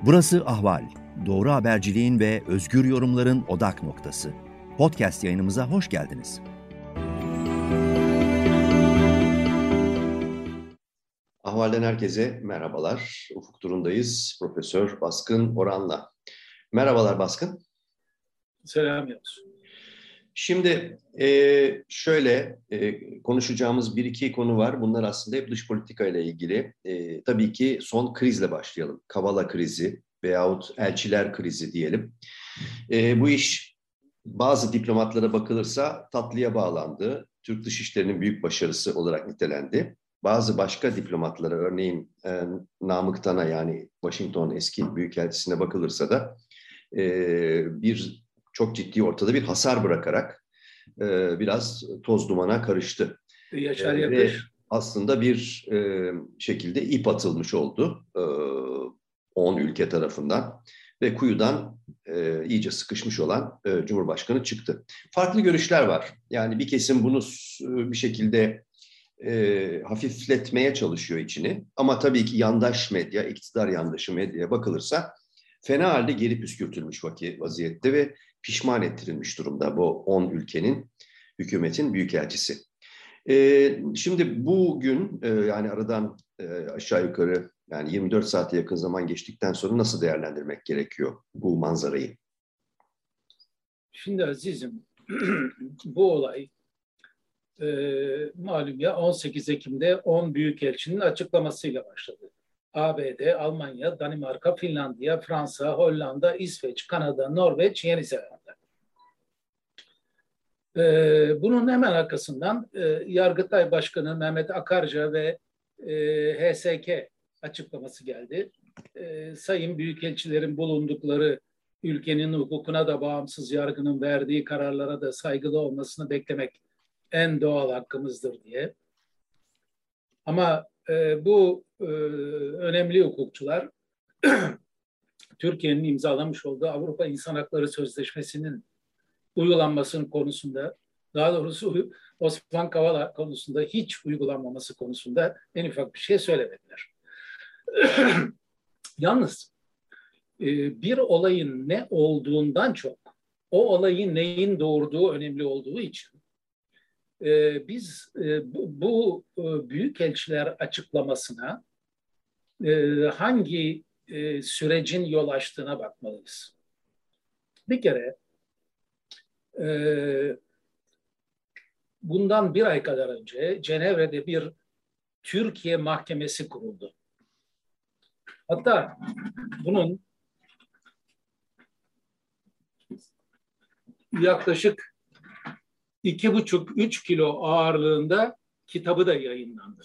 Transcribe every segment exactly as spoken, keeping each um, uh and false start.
Burası Ahval. Doğru haberciliğin ve özgür yorumların odak noktası. Podcast yayınımıza hoş geldiniz. Ahval'den herkese merhabalar. Ufuk Turundayız. Profesör Baskın Oran'la. Merhabalar Baskın. Selam Yavuz. Şimdi e, şöyle e, konuşacağımız bir iki konu var. Bunlar aslında hep dış politika ile ilgili. E, tabii ki son krizle başlayalım. Kavala krizi veyahut elçiler krizi diyelim. E, bu iş bazı diplomatlara bakılırsa tatlıya bağlandı. Türk dışişlerinin büyük başarısı olarak nitelendi. Bazı başka diplomatlara, örneğin e, Namık Tan'a, yani Washington eski büyükelçisine bakılırsa da e, bir çok ciddi ortada bir hasar bırakarak e, biraz toz dumana karıştı. Yaşar E, Yakış. ve aslında bir e, şekilde ip atılmış oldu e, on ülke tarafından ve kuyudan e, iyice sıkışmış olan e, Cumhurbaşkanı çıktı. Farklı görüşler var. Yani bir kesim bunu e, bir şekilde e, hafifletmeye çalışıyor içini. Ama tabii ki yandaş medya, iktidar yandaşı medyaya bakılırsa fena halde geri püskürtülmüş vaziyette ve pişman ettirilmiş durumda bu on ülkenin, hükümetin büyükelçisi. Ee, şimdi bugün e, yani aradan e, aşağı yukarı yani yirmi dört saate yakın zaman geçtikten sonra nasıl değerlendirmek gerekiyor bu manzarayı? Şimdi azizim, bu olay e, malum ya on sekiz Ekim'de on büyükelçinin açıklamasıyla başladı. A B D, Almanya, Danimarka, Finlandiya, Fransa, Hollanda, İsveç, Kanada, Norveç, Yeni Zelanda. Ee, bunun hemen arkasından e, Yargıtay Başkanı Mehmet Akarca ve e, H S K açıklaması geldi. E, sayın büyükelçilerin bulundukları ülkenin hukukuna da bağımsız yargının verdiği kararlara da saygılı olmasını beklemek en doğal hakkımızdır diye. Ama e, bu e, önemli hukukçular Türkiye'nin imzalamış olduğu Avrupa İnsan Hakları Sözleşmesi'nin uygulanmasının konusunda, daha doğrusu Osman Kavala konusunda hiç uygulanmaması konusunda en ufak bir şey söylemediler. Yalnız bir olayın ne olduğundan çok o olayın neyin doğurduğu önemli olduğu için biz bu büyükelçiler açıklamasına hangi sürecin yol açtığına bakmalıyız. Bir kere bundan bir ay kadar önce Cenevre'de bir Türkiye mahkemesi kuruldu. Hatta bunun yaklaşık iki buçuk üç kilo ağırlığında kitabı da yayınlandı.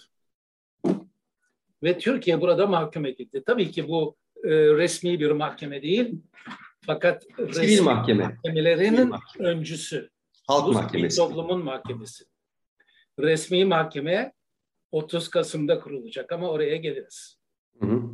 Ve Türkiye burada mahkum edildi. Tabii ki bu e, resmi bir mahkeme değil, fakat Sivil resmi mahkeme. mahkemelerinin Sivil mahkeme. öncüsü. Halk bu mahkemesi. Toplumun mahkemesi. Resmi mahkeme otuz Kasım'da kurulacak ama oraya geliriz. Hı hı.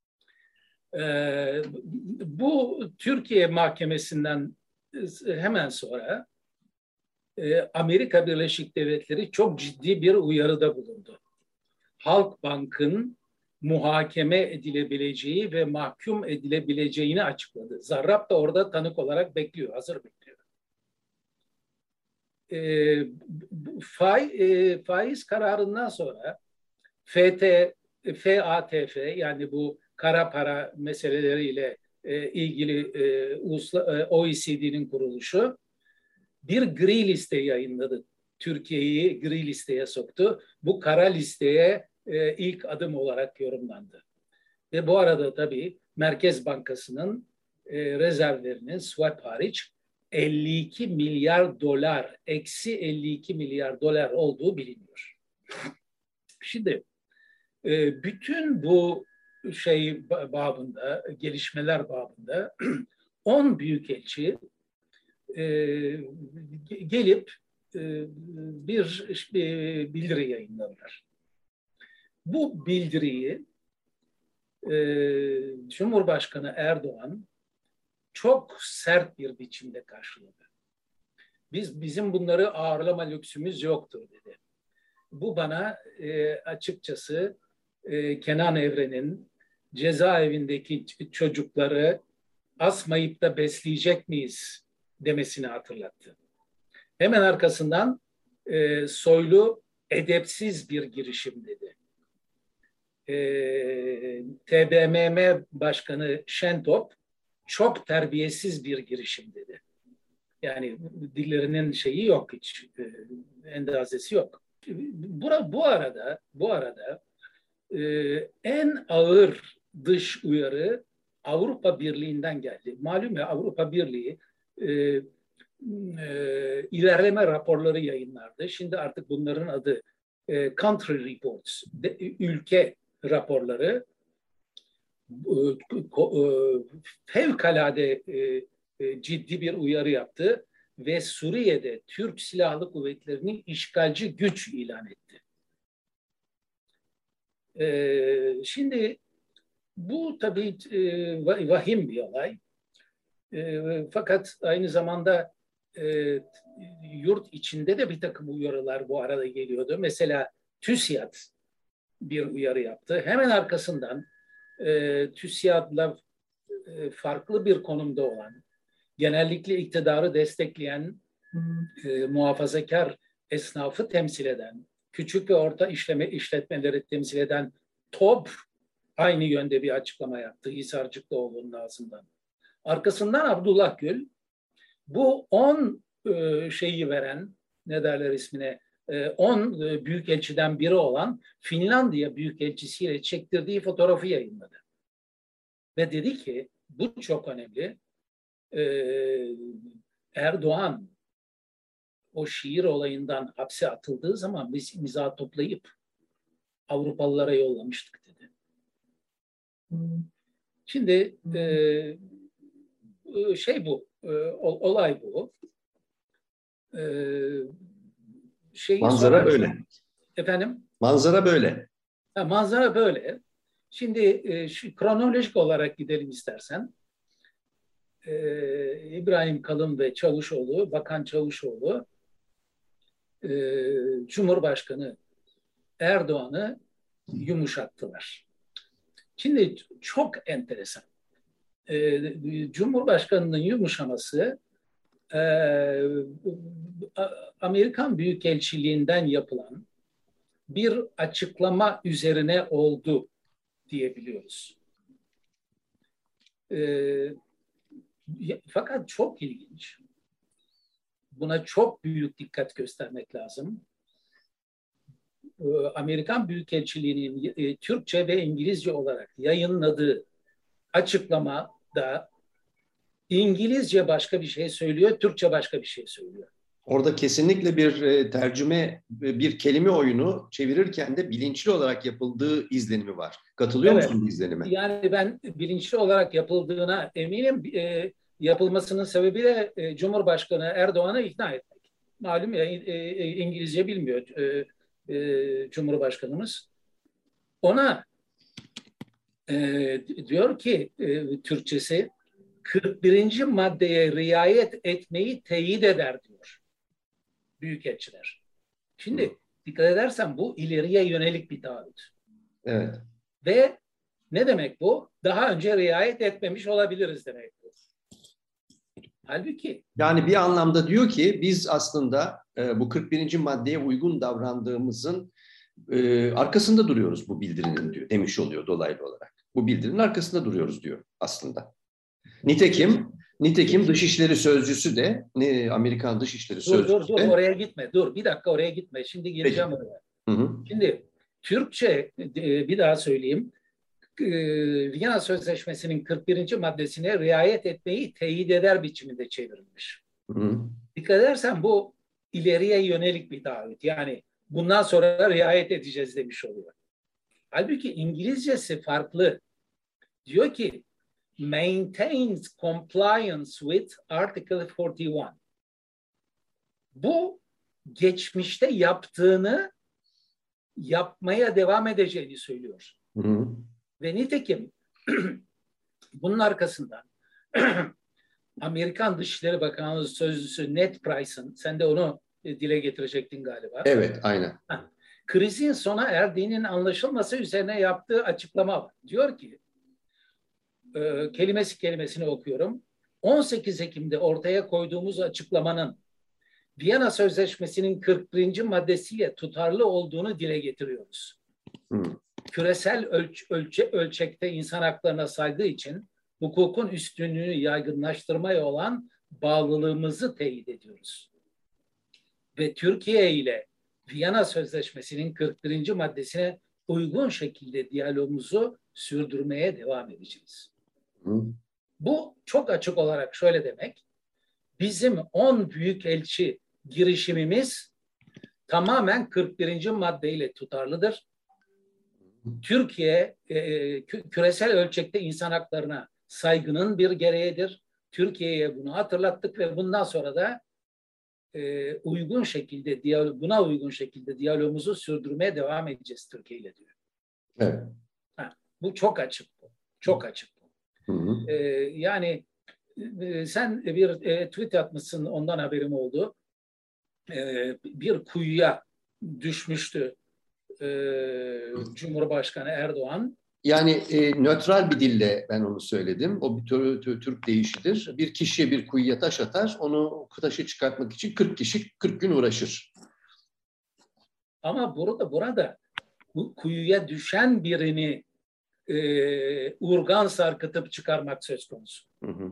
Ee, bu Türkiye mahkemesinden hemen sonra e, Amerika Birleşik Devletleri çok ciddi bir uyarıda bulundu. Halkbank'ın muhakeme edilebileceği ve mahkum edilebileceğini açıkladı. Zarrab da orada tanık olarak bekliyor, hazır bekliyor. E, faiz, e, faiz kararından sonra F T, F A T F, yani bu kara para meseleleriyle e, ilgili e, Ulusla, e, O E C D'nin kuruluşu bir gri liste yayınladı. Türkiye'yi gri listeye soktu. Bu kara listeye e, ilk adım olarak yorumlandı. Ve bu arada tabii Merkez Bankası'nın e, rezervlerinin swap hariç elli iki milyar dolar, eksi elli iki milyar dolar olduğu biliniyor. Şimdi e, bütün bu şey babında, gelişmeler babında on büyükelçi e, gelip e, bir e, bildiri yayınladılar. Bu bildiriyi e, Cumhurbaşkanı Erdoğan çok sert bir biçimde karşıladı. Biz bizim bunları ağırlama lüksümüz yoktur dedi. Bu bana e, açıkçası e, Kenan Evren'in cezaevindeki çocukları asmayıp da besleyecek miyiz demesini hatırlattı. Hemen arkasından e, Soylu edepsiz bir girişim dedi. E, T B M M Başkanı Şentop çok terbiyesiz bir girişim dedi. Yani dillerinin şeyi yok hiç, e, endazesi yok. Bu, bu arada, bu arada e, en ağır dış uyarı Avrupa Birliği'nden geldi. Malum ya, Avrupa Birliği e, e, ilerleme raporları yayınlardı. Şimdi artık bunların adı e, country reports, de, ülke raporları. E, fevkalade e, e, ciddi bir uyarı yaptı ve Suriye'de Türk Silahlı Kuvvetleri'ni işgalci güç ilan etti. E, şimdi bu tabii e, vahim bir olay. E, fakat aynı zamanda e, yurt içinde de bir takım uyarılar bu arada geliyordu. Mesela TÜSİAD bir uyarı yaptı. Hemen arkasından e, TÜSİAD'la e, farklı bir konumda olan, genellikle iktidarı destekleyen, e, muhafazakar esnafı temsil eden, küçük ve orta işleme işletmeleri temsil eden TOB aynı yönde bir açıklama yaptı Hisarcıklıoğlu'nun ağzından. Arkasından Abdullah Gül bu on e, şeyi veren, ne derler ismine, on e, büyükelçiden biri olan Finlandiya büyükelçisiyle çektirdiği fotoğrafı yayınladı. Ve dedi ki bu çok önemli. E, Erdoğan o şiir olayından hapse atıldığı zaman biz imza toplayıp Avrupalılara yollamıştık dedi. Şimdi e, şey bu, e, olay bu. E, şeyi Manzara sorarsan, böyle. Efendim? Manzara böyle. Ha, manzara böyle. Şimdi e, şu, kronolojik olarak gidelim istersen. E, İbrahim Kalın ve Çavuşoğlu, Bakan Çavuşoğlu, e, Cumhurbaşkanı Erdoğan'ı yumuşattılar. Şimdi çok enteresan. E, Cumhurbaşkanının yumuşaması e, Amerikan Büyükelçiliğinden yapılan bir açıklama üzerine oldu diyebiliyoruz. E, fakat çok ilginç. Buna çok büyük dikkat göstermek lazım. Amerikan Büyükelçiliği'nin e, Türkçe ve İngilizce olarak yayınladığı açıklamada İngilizce başka bir şey söylüyor, Türkçe başka bir şey söylüyor. Orada kesinlikle bir e, tercüme, bir kelime oyunu çevirirken de bilinçli olarak yapıldığı izlenimi var. Katılıyor Evet. musun bu izlenime? Yani ben bilinçli olarak yapıldığına eminim. E, yapılmasının sebebi de e, Cumhurbaşkanı Erdoğan'ı ikna etmek. Malum ya, e, e, İngilizce bilmiyor e, e, Cumhurbaşkanımız. Ona e, diyor ki e, Türkçesi kırk birinci maddeye riayet etmeyi teyit eder diyor büyükelçiler. Şimdi dikkat edersen bu ileriye yönelik bir taahhüt. Evet. Ve ne demek bu? Daha önce riayet etmemiş olabiliriz demek bu. Halbuki yani bir anlamda diyor ki biz aslında e, bu kırk birinci maddeye uygun davrandığımızın e, arkasında duruyoruz bu bildirinin diyor, demiş oluyor dolaylı olarak. Bu bildirinin arkasında duruyoruz diyor aslında. Nitekim Nitekim Dışişleri Sözcüsü de ne Amerikan Dışişleri dur, Sözcüsü dur, dur, de. oraya gitme. Dur bir dakika oraya gitme. Şimdi geleceğim Peki. oraya. Hı hı. Şimdi Türkçe bir daha söyleyeyim. Viyana Sözleşmesi'nin kırk birinci maddesine riayet etmeyi teyit eder biçiminde çevrilmiş. Hı hı. Dikkat edersen bu ileriye yönelik bir taahhüt. Yani bundan sonra riayet edeceğiz demiş oluyor. Halbuki İngilizcesi farklı. Diyor ki maintains compliance with Article kırk bir. Bu geçmişte yaptığını yapmaya devam edeceğini söylüyor. Hı hı. Ve nitekim bunun arkasından Amerikan Dışişleri Bakanlığı Sözcüsü Ned Price'ın, sen de onu dile getirecektin galiba. Evet, aynen. Krizin sona erdiğinin anlaşılması üzerine yaptığı açıklama var. Diyor ki e, kelimesi kelimesini okuyorum. on sekiz Ekim'de ortaya koyduğumuz açıklamanın Viyana Sözleşmesi'nin kırk birinci maddesiyle tutarlı olduğunu dile getiriyoruz. Hı. Küresel ölç ölçe ölçekte insan haklarına saygı için hukukun üstünlüğünü yaygınlaştırmaya olan bağlılığımızı teyit ediyoruz. Ve Türkiye ile Viyana Sözleşmesi'nin kırk birinci maddesine uygun şekilde diyalogumuzu sürdürmeye devam edeceğiz. Hı. Bu çok açık olarak şöyle demek, bizim on büyükelçi girişimimiz tamamen kırk birinci maddeyle tutarlıdır. Türkiye e, küresel ölçekte insan haklarına saygının bir gereğidir. Türkiye'ye bunu hatırlattık ve bundan sonra da e, uygun şekilde diyalog, buna uygun şekilde diyalogumuzu sürdürmeye devam edeceğiz Türkiye ile diyor. Evet. Ha, bu çok açık bu. Çok açık bu. Hı hı. E, yani e, sen bir e, tweet atmışsın, ondan haberim oldu. E, bir kuyuya düşmüştü e, Cumhurbaşkanı Erdoğan. Yani e, nötral bir dille ben onu söyledim. O bir tür, tür, Türk deyişidir. Bir kişiye bir kuyuya taş atar, onu taşı çıkartmak için kırk kişi kırk gün uğraşır. Ama burada burada bu kuyuya düşen birini e, urgan sarkıtıp çıkarmak söz konusu. Hı hı.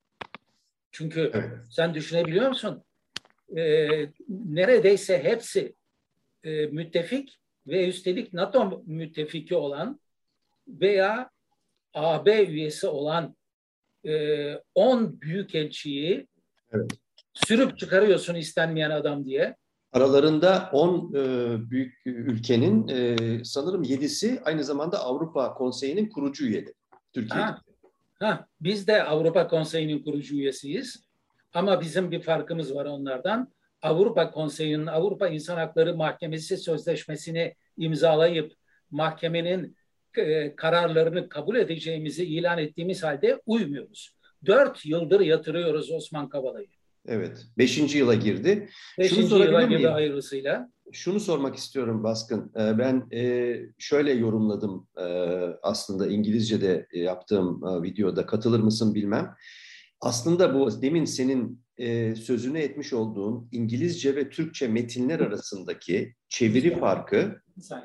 Çünkü Evet. sen düşünebiliyor musun? E, neredeyse hepsi e, müttefik ve üstelik NATO müttefiki olan veya A B üyesi olan on büyükelçiyi Evet. sürüp çıkarıyorsun istenmeyen adam diye. Aralarında on e, büyük ülkenin e, sanırım yedisi aynı zamanda Avrupa Konseyi'nin kurucu üyeleri. Türkiye. Ha, ha, biz de Avrupa Konseyi'nin kurucu üyesiyiz. Ama bizim bir farkımız var onlardan. Avrupa Konseyi'nin Avrupa İnsan Hakları Mahkemesi Sözleşmesi'ni imzalayıp mahkemenin e, kararlarını kabul edeceğimizi ilan ettiğimiz halde uymuyoruz. Dört yıldır yatırıyoruz Osman Kavala'yı. Evet. Beşinci yıla girdi. Beşinci Şunu yıla sorabilir girdi miyim? hayırlısıyla. Şunu sormak istiyorum Baskın. Ben şöyle yorumladım aslında İngilizce'de yaptığım videoda, katılır mısın bilmem. Aslında bu demin senin sözünü etmiş olduğun İngilizce ve Türkçe metinler arasındaki çeviri farkı.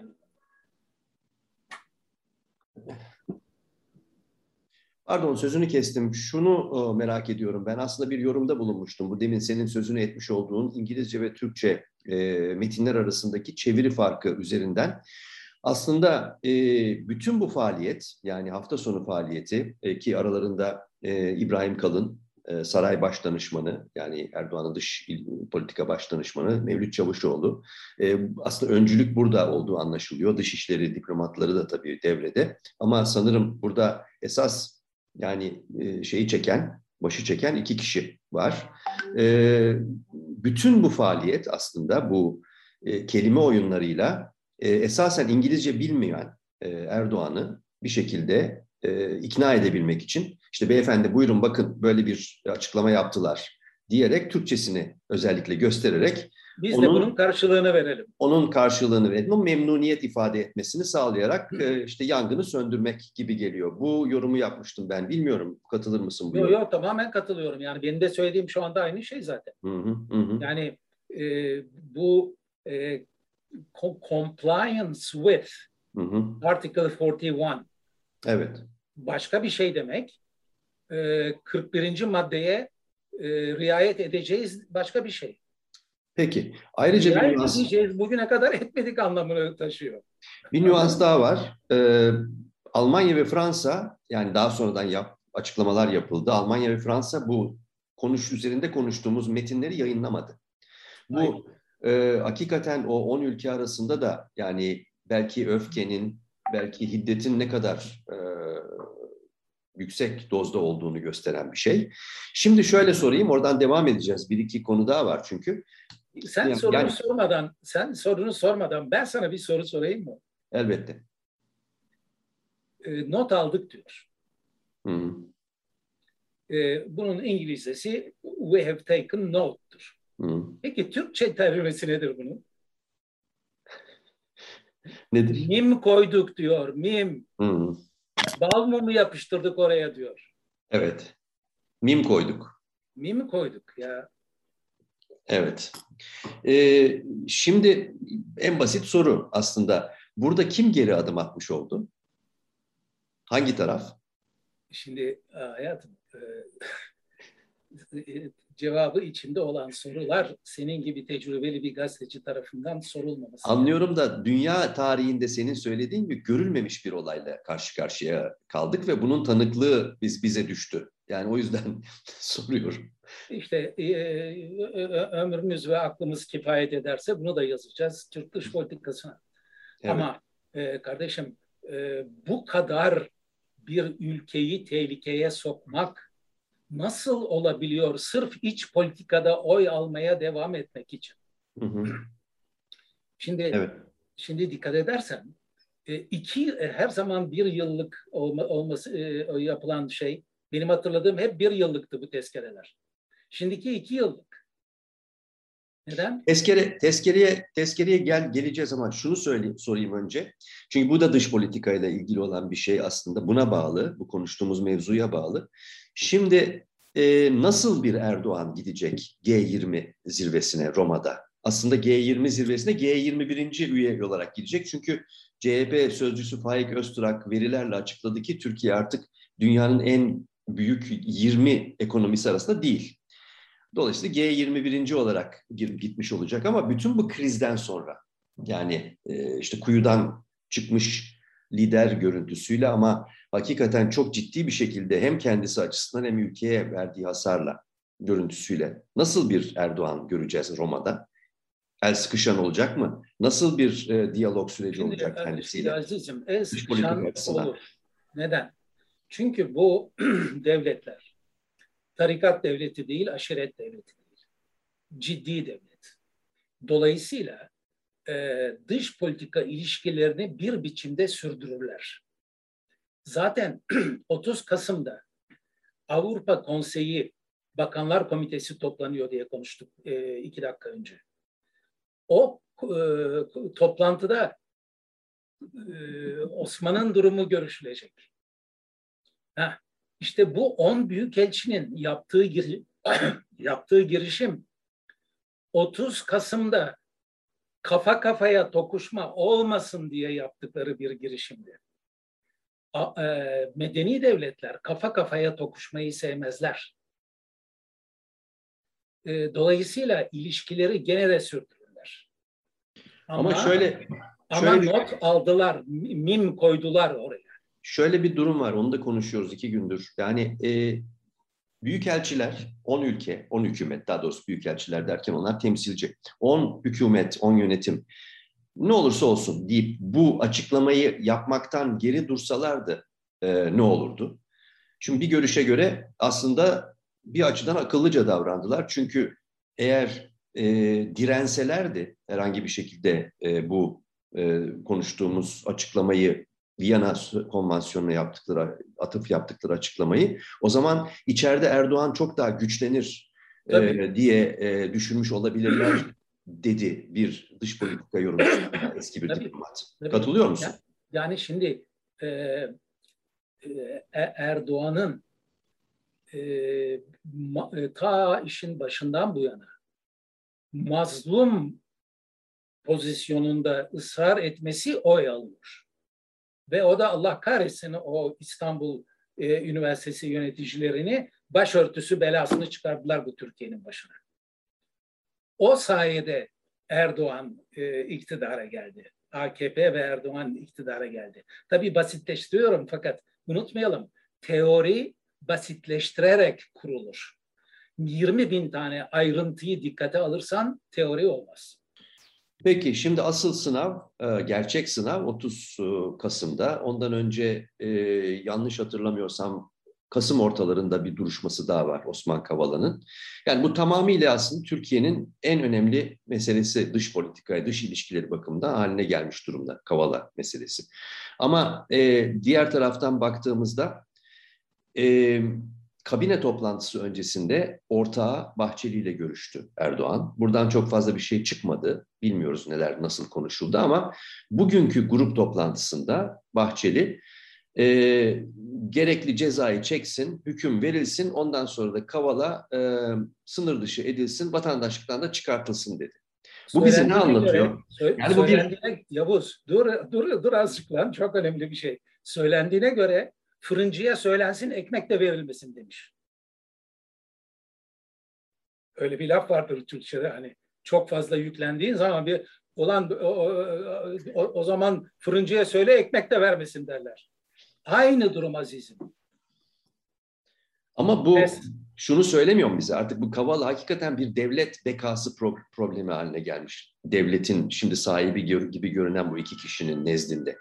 Pardon, sözünü kestim. Şunu merak ediyorum. Ben aslında bir yorumda bulunmuştum. Bu demin senin sözünü etmiş olduğun İngilizce ve Türkçe e, metinler arasındaki çeviri farkı üzerinden. Aslında e, bütün bu faaliyet, yani hafta sonu faaliyeti e, ki aralarında e, İbrahim Kalın, e, saray başdanışmanı, yani Erdoğan'ın dış politika başdanışmanı Mevlüt Çavuşoğlu. E, aslında öncülük burada olduğu anlaşılıyor. Dışişleri diplomatları da tabii devrede. Ama sanırım burada esas yani e, şeyi çeken, başı çeken iki kişi var. E, bütün bu faaliyet aslında bu e, kelime oyunlarıyla e, esasen İngilizce bilmeyen e, Erdoğan'ı bir şekilde e, ikna edebilmek için işte beyefendi buyurun bakın böyle bir açıklama yaptılar diyerek Türkçesini özellikle göstererek biz onun, de bunun karşılığını verelim. Onun karşılığını verelim, o memnuniyet ifade etmesini sağlayarak e, işte yangını söndürmek gibi geliyor. Bu yorumu yapmıştım ben. Bilmiyorum, katılır mısın bu Yok yoruma? yok, tamamen katılıyorum. Yani benim de söylediğim şu anda aynı şey zaten. Hı hı, hı. Yani e, bu e, compliance with Hı hı. Article kırk bir Evet. başka bir şey demek. E, kırk birinci maddeye e, riayet edeceğiz başka bir şey. Peki. Ayrıca bir riayet nüans, edeceğiz, bugüne kadar etmedik anlamını taşıyor. bir nüans daha var. Ee, Almanya ve Fransa, yani daha sonradan yap, açıklamalar yapıldı. Almanya ve Fransa bu konuş üzerinde konuştuğumuz metinleri yayınlamadı. Bu e, hakikaten o on ülke arasında da yani belki öfkenin, belki hiddetin ne kadar e, yüksek dozda olduğunu gösteren bir şey. Şimdi şöyle sorayım, oradan devam edeceğiz. Bir iki konu daha var çünkü. Sen yani, sorunu yani, sormadan, sen sorunu sormadan ben sana bir soru sorayım mı? Elbette. E, not aldık diyor. Hı. E, bunun İngilizcesi we have taken note'tur. Hı. Peki Türkçe tercümesi nedir bunun? Nedir? Mim koyduk diyor, mim. Hı. Bal mumu yapıştırdık oraya diyor. Evet. Mim koyduk. Mim koyduk ya. Evet. Ee, şimdi en basit soru aslında. Burada kim geri adım atmış oldu? Hangi taraf? Şimdi hayatım e, cevabı içinde olan sorular senin gibi tecrübeli bir gazeteci tarafından sorulmaması. Anlıyorum da dünya tarihinde senin söylediğin gibi görülmemiş bir olayla karşı karşıya kaldık ve bunun tanıklığı biz bize düştü. Yani o yüzden soruyorum. İşte e, ömrümüz ve aklımız kifayet ederse bunu da yazacağız Türk dış politikasına. Evet. Ama e, kardeşim e, bu kadar bir ülkeyi tehlikeye sokmak nasıl olabiliyor sırf iç politikada oy almaya devam etmek için? Hı hı. Şimdi evet. şimdi dikkat edersen iki her zaman bir yıllık olma, olması yapılan şey, benim hatırladığım hep bir yıllıktı bu tezkereler. Şimdiki iki yıllık. Neden? Tezkere, tezkereye, tezkereye gel, geleceğiz ama şunu söyleyeyim, sorayım önce. Çünkü bu da dış politikayla ilgili olan bir şey aslında. Buna bağlı, bu konuştuğumuz mevzuya bağlı. Şimdi e, nasıl bir Erdoğan gidecek G yirmi zirvesine Roma'da? Aslında G yirmi zirvesine G yirmi birinci üye olarak gidecek. Çünkü C H P sözcüsü Faik Öztürk verilerle açıkladı ki Türkiye artık dünyanın en büyük yirmi ekonomisi arasında değil. Dolayısıyla G yirmi birinci olarak girip gitmiş olacak ama bütün bu krizden sonra yani e, işte kuyudan çıkmış lider görüntüsüyle ama hakikaten çok ciddi bir şekilde hem kendisi açısından hem ülkeye verdiği hasarla görüntüsüyle nasıl bir Erdoğan göreceğiz Roma'da? El sıkışan olacak mı? Nasıl bir e, diyalog süreci şimdi, olacak kendisiyle? Şimdi azizim, el sıkışan olur. Neden? Çünkü bu devletler tarikat devleti değil, aşiret devleti değil. Ciddi devlet. Dolayısıyla e, dış politika ilişkilerini bir biçimde sürdürürler. Zaten otuz Kasım'da Avrupa Konseyi Bakanlar Komitesi toplanıyor diye konuştuk e, iki dakika önce. O e, toplantıda e, Osman'ın durumu görüşülecek. Heh, işte bu on büyükelçinin yaptığı gir yaptığı girişim otuz Kasım'da kafa kafaya tokuşma olmasın diye yaptıkları bir girişimdi. A, e, medeni devletler kafa kafaya tokuşmayı sevmezler. E, dolayısıyla ilişkileri gene de sürdürürler. Ama, ama şöyle, ama şöyle not bir... aldılar, mim koydular oraya. Şöyle bir durum var, onu da konuşuyoruz iki gündür. Yani e, büyükelçiler, on ülke, on hükümet, daha doğrusu büyükelçiler derken onlar temsilci. on hükümet, on yönetim ne olursa olsun deyip bu açıklamayı yapmaktan geri dursalardı e, ne olurdu? Şimdi bir görüşe göre aslında bir açıdan akıllıca davrandılar. Çünkü eğer e, direnselerdi herhangi bir şekilde e, bu e, konuştuğumuz açıklamayı Viyana Konvansiyonu'na yaptıkları, atıf yaptıkları açıklamayı, o zaman içeride Erdoğan çok daha güçlenir e, diye e, düşünmüş olabilirler dedi bir dış politika yorumcusu, eski bir tabii, diplomat. Tabii. Katılıyor musun? Yani, yani şimdi e, e, Erdoğan'ın e, ma, ta işin başından bu yana mazlum pozisyonunda ısrar etmesi oy alıyor. Ve o da Allah kahretsin o İstanbul e, Üniversitesi yöneticilerini başörtüsü belasını çıkardılar bu Türkiye'nin başına. O sayede Erdoğan e, iktidara geldi. A K P ve Erdoğan iktidara geldi. Tabii basitleştiriyorum fakat unutmayalım, teori basitleştirerek kurulur. yirmi bin tane ayrıntıyı dikkate alırsan teori olmaz. Peki şimdi asıl sınav, gerçek sınav otuz Kasım'da. Ondan önce yanlış hatırlamıyorsam Kasım ortalarında bir duruşması daha var Osman Kavala'nın. Yani bu tamamıyla aslında Türkiye'nin en önemli meselesi dış politikaya, dış ilişkileri bakımından haline gelmiş durumda Kavala meselesi. Ama diğer taraftan baktığımızda kabine toplantısı öncesinde ortağı Bahçeli ile görüştü Erdoğan. Buradan çok fazla bir şey çıkmadı. Bilmiyoruz neler nasıl konuşuldu ama bugünkü grup toplantısında Bahçeli E, gerekli cezayı çeksin, hüküm verilsin, ondan sonra da Kavala e, sınır dışı edilsin, vatandaşlıktan da çıkartılsın dedi. Bu bize ne Söylendiğine göre, anlatıyor? sö- Yani bu bir söylendiğine, Yavuz, dur, dur, dur azıcık lan, çok önemli bir şey. Söylendiğine göre fırıncıya söylensin, ekmek de verilmesin demiş. Öyle bir laf vardır Türkçe'de, hani çok fazla yüklendiğin zaman bir olan o, o, o zaman fırıncıya söyle, ekmek de vermesin derler. Aynı durum azizim. Ama bu Pes. şunu söylemiyor mu bize? Artık bu Kavala hakikaten bir devlet bekası pro- problemi haline gelmiş. Devletin şimdi sahibi gibi görünen bu iki kişinin nezdinde.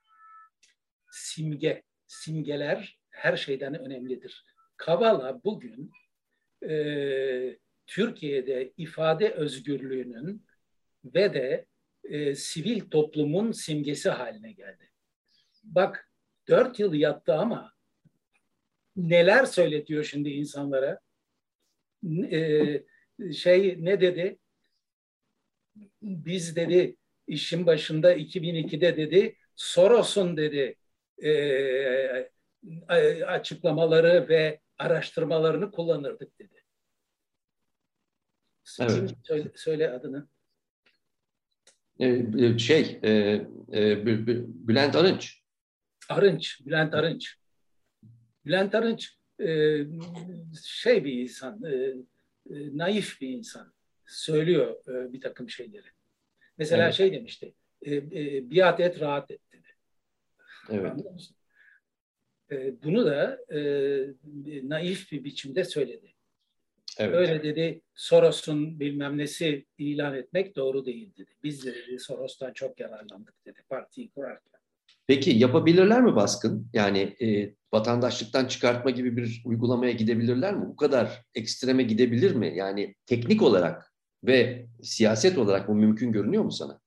Simge, simgeler her şeyden önemlidir. Kavala bugün e, Türkiye'de ifade özgürlüğünün ve de e, sivil toplumun simgesi haline geldi. Bak, dört yıl yattı ama neler söyletiyor şimdi insanlara? E, şey ne dedi? Biz dedi işin başında iki bin ikide dedi Soros'un dedi e, açıklamaları ve araştırmalarını kullanırdık dedi. Evet. Kim söyle, söyle adını? Ee, şey, e, e, Bülent Arınç. Arınç, Bülent Arınç. Bülent Arınç e, şey bir insan, e, e, naif bir insan. Söylüyor e, bir takım şeyleri. Mesela Evet. şey demişti, e, e, biat et, rahat et dedi. Evet. Anladın mı? E, bunu da e, naif bir biçimde söyledi. Evet. Öyle dedi, Soros'un bilmem nesi ilan etmek doğru değil dedi. Biz de dedi Soros'tan çok yararlandık dedi partiyi kurarken. Peki yapabilirler mi baskın? Yani e, vatandaşlıktan çıkartma gibi bir uygulamaya gidebilirler mi? Bu kadar ekstreme gidebilir mi? Yani teknik olarak ve siyaset olarak bu mümkün görünüyor mu sana?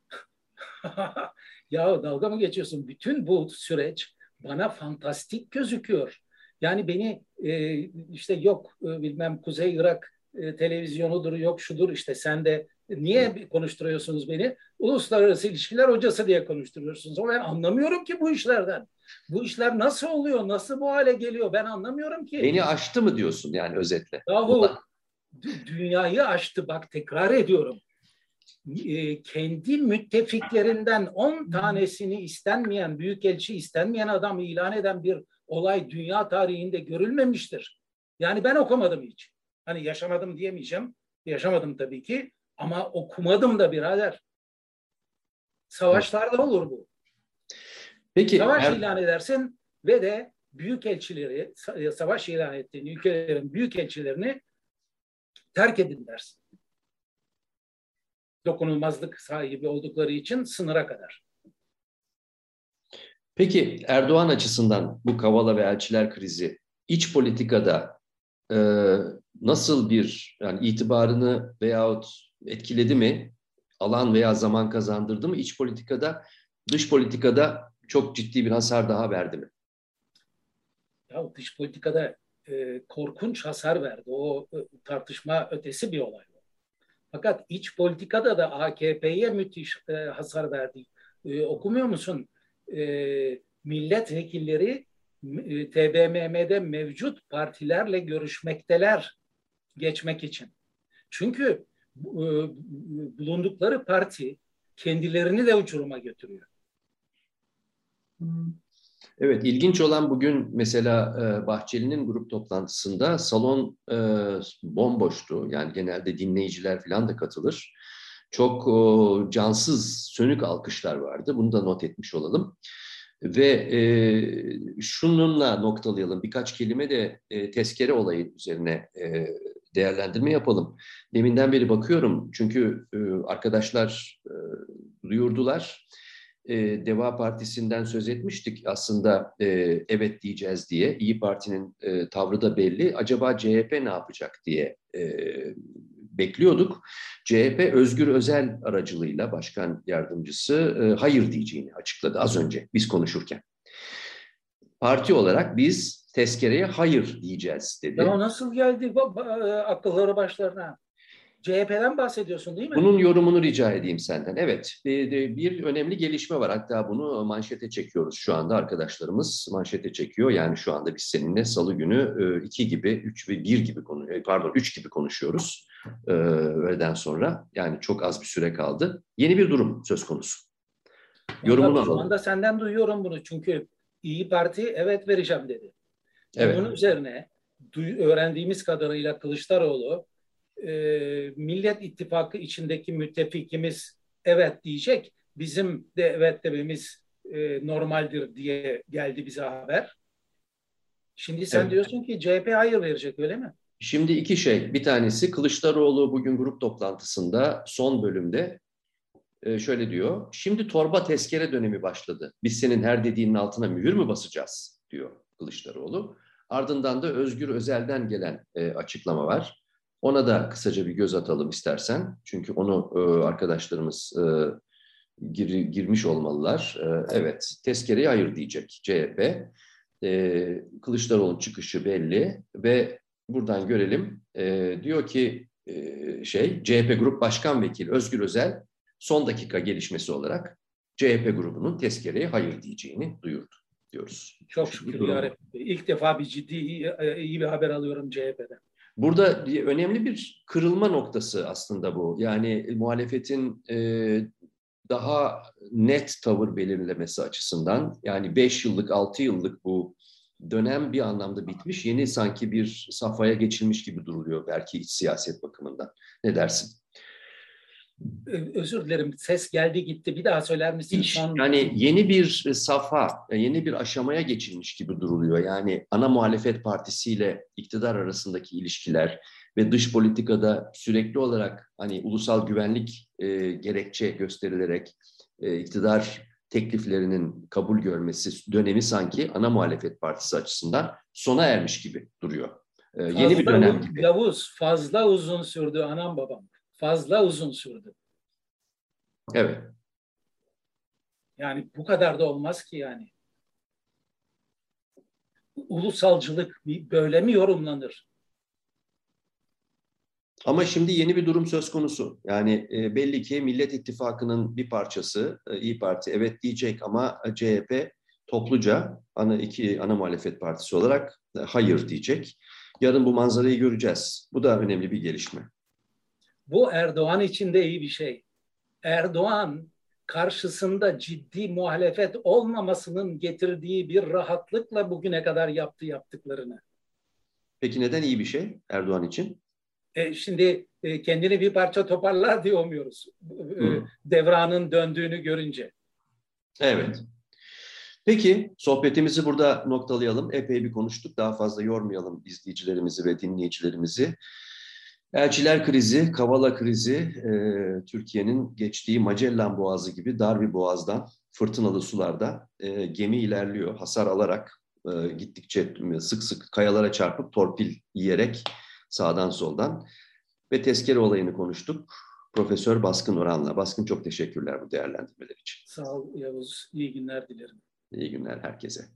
Ya dalga mı geçiyorsun? Bütün bu süreç bana fantastik gözüküyor. Yani beni e, işte yok e, bilmem Kuzey Irak e, televizyonudur, yok şudur, işte sen de niye konuşturuyorsunuz beni? Uluslararası ilişkiler hocası diye konuşturuyorsunuz. Ama ben anlamıyorum ki bu işlerden. Bu işler nasıl oluyor? Nasıl bu hale geliyor? Ben anlamıyorum ki. Beni aştı mı diyorsun yani özetle? Yahu dünyayı aştı, bak tekrar ediyorum. Kendi müttefiklerinden on tanesini istenmeyen, büyükelçi istenmeyen adam ilan eden bir olay dünya tarihinde görülmemiştir. Yani ben okumadım hiç. Hani yaşamadım diyemeyeceğim. Yaşamadım tabii ki ama okumadım da birader. Savaşlarda olur bu. Peki Savaş er... ilan edersin ve de büyükelçileri, savaş ilan ettiğin ülkelerin büyükelçilerini terk edin dersin. Dokunulmazlık sahibi oldukları için sınıra kadar. Peki Erdoğan açısından bu Kavala ve elçiler krizi iç politikada e, nasıl bir yani itibarını veyahut etkiledi mi? Alan veya zaman kazandırdı mı? İç politikada, dış politikada çok ciddi bir hasar daha verdi mi? Ya dış politikada e, korkunç hasar verdi. O e, tartışma ötesi bir olay. Fakat iç politikada da A K P'ye müthiş e, hasar verdi. E, okumuyor musun? E, milletvekilleri e, T B M M'de mevcut partilerle görüşmekteler geçmek için. Çünkü e, bulundukları parti kendilerini de uçuruma götürüyor. Evet, ilginç olan bugün mesela e, Bahçeli'nin grup toplantısında salon e, bomboştu. Yani genelde dinleyiciler falan da katılır. Çok o, cansız, sönük alkışlar vardı. Bunu da not etmiş olalım. Ve e, şununla noktalayalım. Birkaç kelime de e, tezkere olayı üzerine e, değerlendirme yapalım. Deminden beri bakıyorum çünkü e, arkadaşlar e, duyurdular. E, Deva Partisi'nden söz etmiştik aslında e, evet diyeceğiz diye. İyi Parti'nin e, tavrı da belli. Acaba C H P ne yapacak diye e, bekliyorduk. C H P Özgür Özel aracılığıyla başkan yardımcısı e, hayır diyeceğini açıkladı az önce biz konuşurken. Parti olarak biz tezkereye hayır diyeceğiz dedi. Ya nasıl geldi akılları başlarına? C H P'den bahsediyorsun değil mi? Bunun yorumunu rica edeyim senden. Evet, bir önemli gelişme var. Hatta bunu manşete çekiyoruz şu anda. Arkadaşlarımız manşete çekiyor. Yani şu anda biz seninle salı günü iki gibi, üç ve bir gibi konu, pardon üç gibi konuşuyoruz. Öğleden sonra. Yani çok az bir süre kaldı. Yeni bir durum söz konusu. Yorumunu alalım. Şu anda senden duyuyorum bunu. Çünkü İyi Parti evet vereceğim dedi. Evet. Bunun üzerine öğrendiğimiz kadarıyla Kılıçdaroğlu e, Millet İttifakı içindeki müttefikimiz evet diyecek. Bizim de evet dememiz e, normaldir diye geldi bize haber. Şimdi sen evet. diyorsun ki C H P hayır verecek, öyle mi? Şimdi iki şey. Bir tanesi, Kılıçdaroğlu bugün grup toplantısında son bölümde e, şöyle diyor. Şimdi torba tezkere dönemi başladı. Biz senin her dediğinin altına mühür mü basacağız diyor Kılıçdaroğlu. Ardından da Özgür Özel'den gelen e, açıklama var. Ona da kısaca bir göz atalım istersen. Çünkü onu e, arkadaşlarımız e, gir, girmiş olmalılar. E, evet, tezkereye hayır diyecek C H P. E, Kılıçdaroğlu'nun çıkışı belli ve buradan görelim. E, diyor ki e, şey C H P Grup Başkan Vekili Özgür Özel son dakika gelişmesi olarak C H P grubunun tezkereye hayır diyeceğini duyurdu diyoruz. Çok şükür yarabbim. İlk defa bir ciddi iyi, iyi bir haber alıyorum C H P'den. Burada önemli bir kırılma noktası aslında bu. Yani muhalefetin e, daha net tavır belirlemesi açısından, yani beş yıllık, altı yıllık bu dönem bir anlamda bitmiş. Yeni sanki bir safhaya geçilmiş gibi duruluyor belki iç siyaset bakımından. Ne dersin? Özür dilerim, ses geldi gitti. Bir daha söyler misin? Hiç, yani yeni bir safha, yeni bir aşamaya geçilmiş gibi duruluyor. Yani ana muhalefet partisiyle iktidar arasındaki ilişkiler ve dış politikada sürekli olarak hani ulusal güvenlik e, gerekçe gösterilerek e, iktidar tekliflerinin kabul görmesi dönemi sanki ana muhalefet partisi açısından sona ermiş gibi duruyor. E, yeni bir dönem gibi. Yavuz, fazla uzun sürdü anam babam. Fazla uzun sürdü. Evet. Yani bu kadar da olmaz ki yani. Ulusalcılık böyle mi yorumlanır? Ama şimdi yeni bir durum söz konusu. Yani e, belli ki Millet İttifakı'nın bir parçası e, İyi Parti evet diyecek ama C H P topluca ana iki ana muhalefet partisi olarak e, hayır diyecek. Yarın bu manzarayı göreceğiz. Bu da önemli bir gelişme. Bu Erdoğan için de iyi bir şey. Erdoğan karşısında ciddi muhalefet olmamasının getirdiği bir rahatlıkla bugüne kadar yaptı yaptıklarını. Peki neden iyi bir şey Erdoğan için? E, şimdi e, kendini bir parça toparlar diye umuyoruz. E, devranın döndüğünü görünce. Evet. Peki sohbetimizi burada noktalayalım. Epey bir konuştuk. Daha fazla yormayalım izleyicilerimizi ve dinleyicilerimizi. Elçiler krizi, Kavala krizi, e, Türkiye'nin geçtiği Magellan Boğazı gibi dar bir boğazdan, fırtınalı sularda e, gemi ilerliyor. Hasar alarak, e, gittikçe sık sık kayalara çarpıp torpil yiyerek sağdan soldan. Ve tezkere olayını konuştuk. Profesör Baskın Oran'la. Baskın, çok teşekkürler bu değerlendirmeler için. Sağ ol Yavuz. İyi günler dilerim. İyi günler herkese.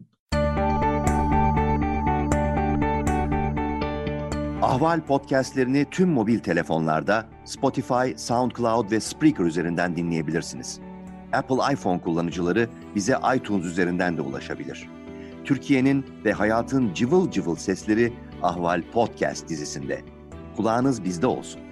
Ahval podcastlerini tüm mobil telefonlarda Spotify, SoundCloud ve Spreaker üzerinden dinleyebilirsiniz. Apple iPhone kullanıcıları bize iTunes üzerinden de ulaşabilir. Türkiye'nin ve hayatın cıvıl cıvıl sesleri Ahval Podcast dizisinde. Kulağınız bizde olsun.